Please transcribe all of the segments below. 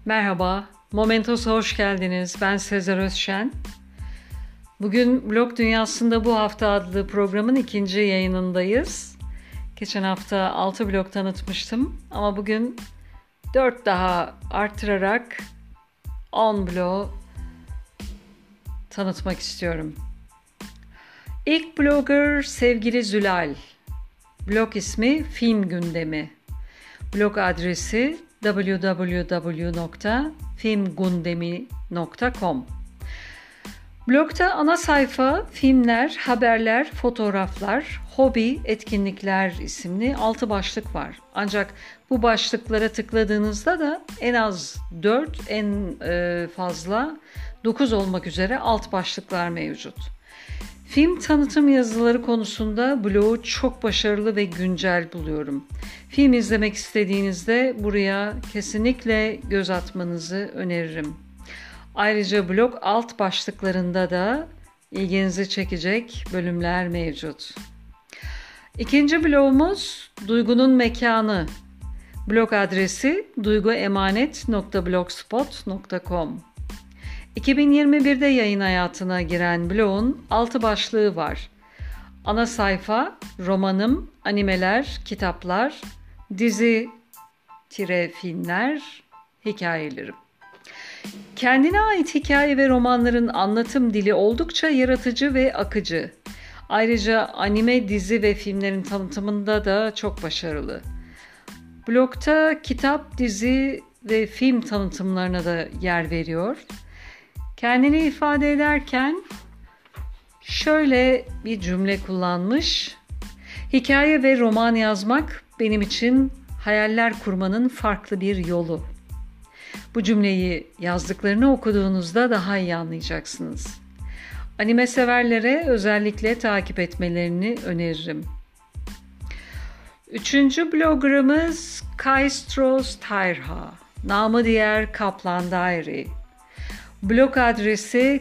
Merhaba, Momentos'a hoş geldiniz. Ben Sezer Özşen. Bugün Blog Dünyası'nda bu hafta adlı programın ikinci yayınındayız. Geçen hafta 6 blog tanıtmıştım ama bugün 4 daha artırarak 10 blog tanıtmak istiyorum. İlk blogger sevgili Zülal. Blog ismi Film Gündemi. Blog adresi www.filmgundemi.com. Blogda ana sayfa filmler, haberler, fotoğraflar, hobi, etkinlikler isimli 6 başlık var. Ancak bu başlıklara tıkladığınızda da en az 4, en fazla 9 olmak üzere alt başlıklar mevcut. Film tanıtım yazıları konusunda blogu çok başarılı ve güncel buluyorum. Film izlemek istediğinizde buraya kesinlikle göz atmanızı öneririm. Ayrıca blog alt başlıklarında da ilginizi çekecek bölümler mevcut. İkinci blogumuz Duygunun Mekanı. Blog adresi duyguemanet.blogspot.com. 2021'de yayın hayatına giren blogun 6 başlığı var. Ana sayfa, romanım, animeler, kitaplar, dizi-filmler, hikayelerim. Kendine ait hikaye ve romanların anlatım dili oldukça yaratıcı ve akıcı. Ayrıca anime, dizi ve filmlerin tanıtımında da çok başarılı. Blogda kitap, dizi ve film tanıtımlarına da yer veriyor. Kendini ifade ederken şöyle bir cümle kullanmış. Hikaye ve roman yazmak benim için hayaller kurmanın farklı bir yolu. Bu cümleyi yazdıklarını okuduğunuzda daha iyi anlayacaksınız. Anime severlere özellikle takip etmelerini öneririm. Üçüncü bloggerımız Kaistros Tayha, namı diğer Kaplan Diary. Blog adresi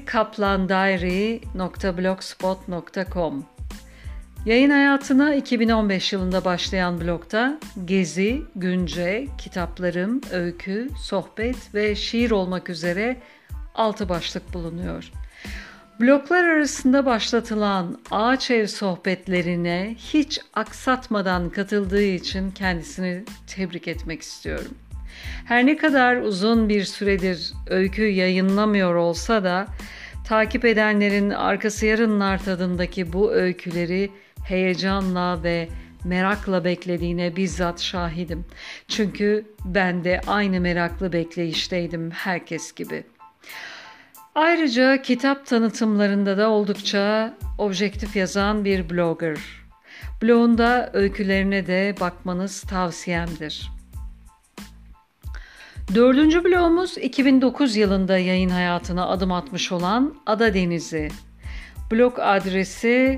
kaplandiary.blogspot.com. Yayın hayatına 2015 yılında başlayan blogda gezi, günce, kitaplarım, öykü, sohbet ve şiir olmak üzere 6 başlık bulunuyor. Bloglar arasında başlatılan Ağaç Ev sohbetlerine hiç aksatmadan katıldığı için kendisini tebrik etmek istiyorum. Her ne kadar uzun bir süredir öykü yayınlamıyor olsa da takip edenlerin arkası yarınlar tadındaki bu öyküleri heyecanla ve merakla beklediğine bizzat şahidim. Çünkü ben de aynı meraklı bekleyişteydim herkes gibi. Ayrıca kitap tanıtımlarında da oldukça objektif yazan bir blogger. Blogunda öykülerine de bakmanız tavsiyemdir. Dördüncü blogumuz 2009 yılında yayın hayatına adım atmış olan Ada Denizi. Blog adresi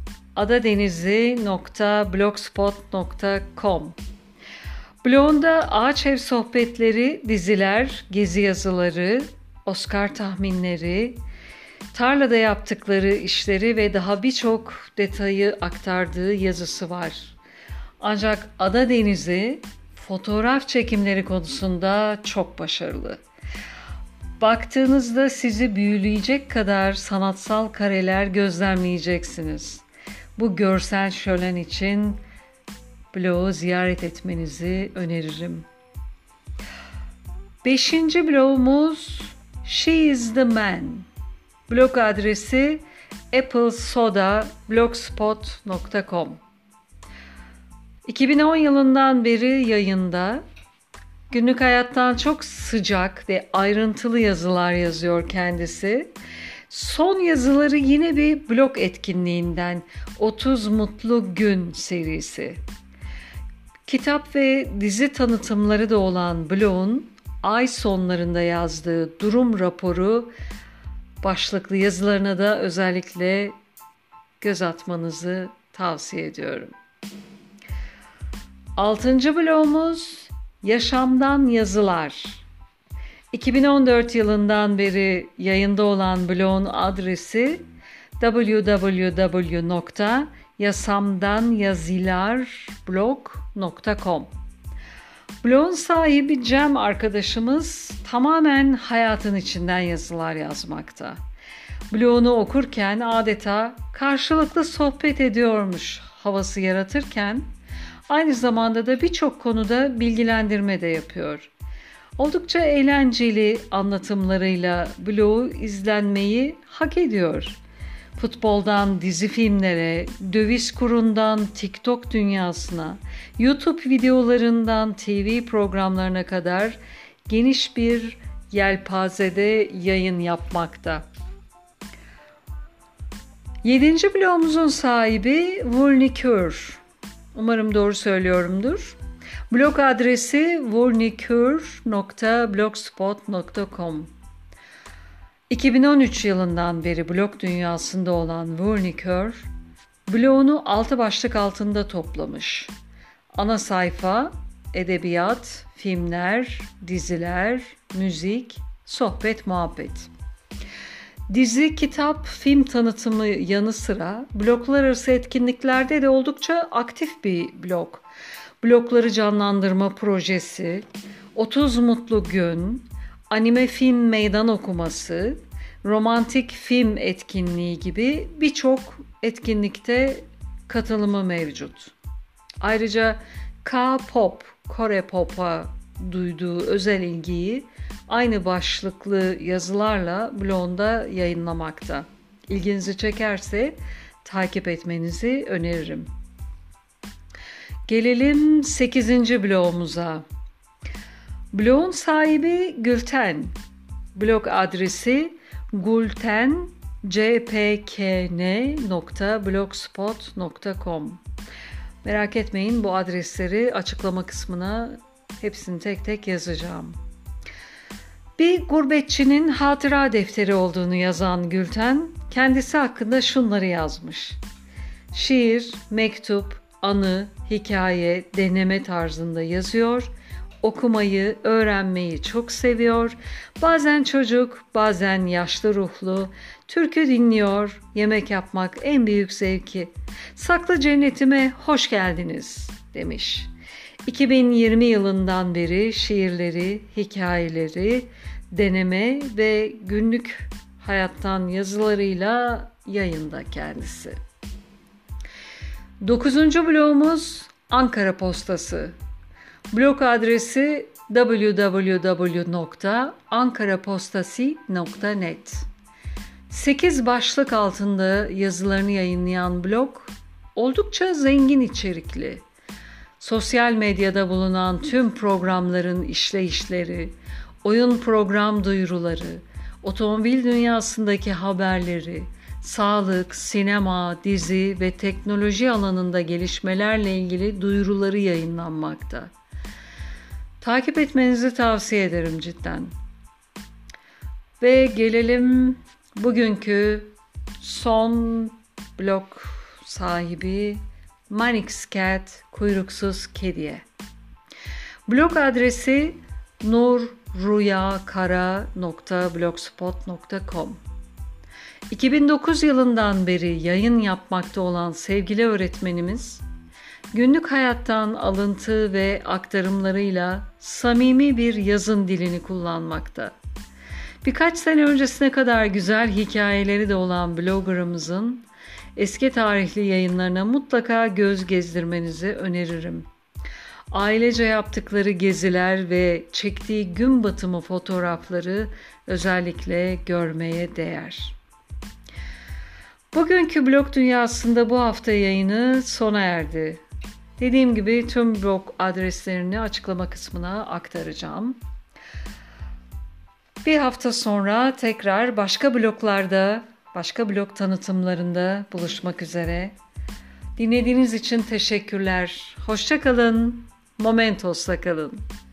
adadenizi.blogspot.com. Blogunda Ağaç Ev sohbetleri, diziler, gezi yazıları, Oscar tahminleri, tarlada yaptıkları işleri ve daha birçok detayı aktardığı yazısı var. Ancak Ada Denizi fotoğraf çekimleri konusunda çok başarılı. Baktığınızda sizi büyüleyecek kadar sanatsal kareler gözlemleyeceksiniz. Bu görsel şölen için blogu ziyaret etmenizi öneririm. 5. blogumuz She is the Man. Blog adresi applesoda.blogspot.com. 2010 yılından beri yayında, günlük hayattan çok sıcak ve ayrıntılı yazılar yazıyor kendisi. Son yazıları yine bir blog etkinliğinden 30 Mutlu Gün serisi. Kitap ve dizi tanıtımları da olan blogun ay sonlarında yazdığı durum raporu başlıklı yazılarına da özellikle göz atmanızı tavsiye ediyorum. 6. blogumuz Yaşamdan Yazılar. 2014 yılından beri yayında olan blogun adresi www.yasamdanyazilarblog.com. Blogun sahibi Cem arkadaşımız tamamen hayatın içinden yazılar yazmakta. Blogunu okurken adeta karşılıklı sohbet ediyormuş havası yaratırken aynı zamanda da birçok konuda bilgilendirme de yapıyor. Oldukça eğlenceli anlatımlarıyla blogu izlenmeyi hak ediyor. Futboldan dizi filmlere, döviz kurundan TikTok dünyasına, YouTube videolarından TV programlarına kadar geniş bir yelpazede yayın yapmakta. 7. blogumuzun sahibi Vurnikör. Umarım doğru söylüyorumdur. Blog adresi vurnikör.blogspot.com. 2013 yılından beri blog dünyasında olan Vurnikör, blogunu 6 başlık altında toplamış. Ana sayfa, edebiyat, filmler, diziler, müzik, sohbet, muhabbet. Dizi, kitap, film tanıtımı yanı sıra bloglar arası etkinliklerde de oldukça aktif bir blog. Blogları canlandırma projesi, 30 mutlu gün, anime film meydan okuması, romantik film etkinliği gibi birçok etkinlikte katılımı mevcut. Ayrıca K-pop, Kore pop'a duyduğu özel ilgiyi aynı başlıklı yazılarla blogunda yayınlamakta. İlginizi çekerse takip etmenizi öneririm. Gelelim 8. blogumuza. Blogun sahibi Gülten. Blog adresi gultencpkn.blogspot.com. Merak etmeyin, bu adresleri açıklama kısmına hepsini tek tek yazacağım. Bir gurbetçinin hatıra defteri olduğunu yazan Gülten, kendisi hakkında şunları yazmış. Şiir, mektup, anı, hikaye, deneme tarzında yazıyor. Okumayı, öğrenmeyi çok seviyor. Bazen çocuk, bazen yaşlı ruhlu. Türkü dinliyor. Yemek yapmak en büyük zevki. Saklı cennetime hoş geldiniz demiş. 2020 yılından beri şiirleri, hikayeleri, deneme ve günlük hayattan yazılarıyla yayında kendisi. 9. blogumuz Ankara Postası. Blog adresi www.ankarapostasi.net. 8 başlık altında yazılarını yayınlayan blog oldukça zengin içerikli. Sosyal medyada bulunan tüm programların işleyişleri, oyun program duyuruları, otomobil dünyasındaki haberleri, sağlık, sinema, dizi ve teknoloji alanında gelişmelerle ilgili duyuruları yayınlanmakta. Takip etmenizi tavsiye ederim cidden. Ve gelelim bugünkü son blog sahibi Manix Cat, kuyruksuz kediye. Blog adresi nurruyakara.blogspot.com. 2009 yılından beri yayın yapmakta olan sevgili öğretmenimiz, günlük hayattan alıntı ve aktarımlarıyla samimi bir yazın dilini kullanmakta. Birkaç sene öncesine kadar güzel hikayeleri de olan bloggerımızın eski tarihli yayınlarına mutlaka göz gezdirmenizi öneririm. Ailece yaptıkları geziler ve çektiği gün batımı fotoğrafları özellikle görmeye değer. Bugünkü blog dünyasında bu hafta yayını sona erdi. Dediğim gibi tüm blog adreslerini açıklama kısmına aktaracağım. Bir hafta sonra tekrar başka bloglarda, başka blog tanıtımlarında buluşmak üzere. Dinlediğiniz için teşekkürler. Hoşça kalın. Momentos'ta kalın.